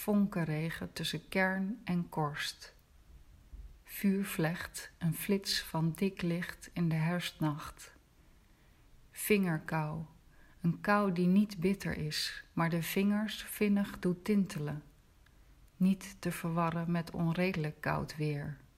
vonkenregen tussen kern en korst. Vuurvlecht, een flits van dik licht in de herfstnacht. Vingerkou, een kou die niet bitter is, maar de vingers vinnig doet tintelen. Niet te verwarren met onredelijk koud weer.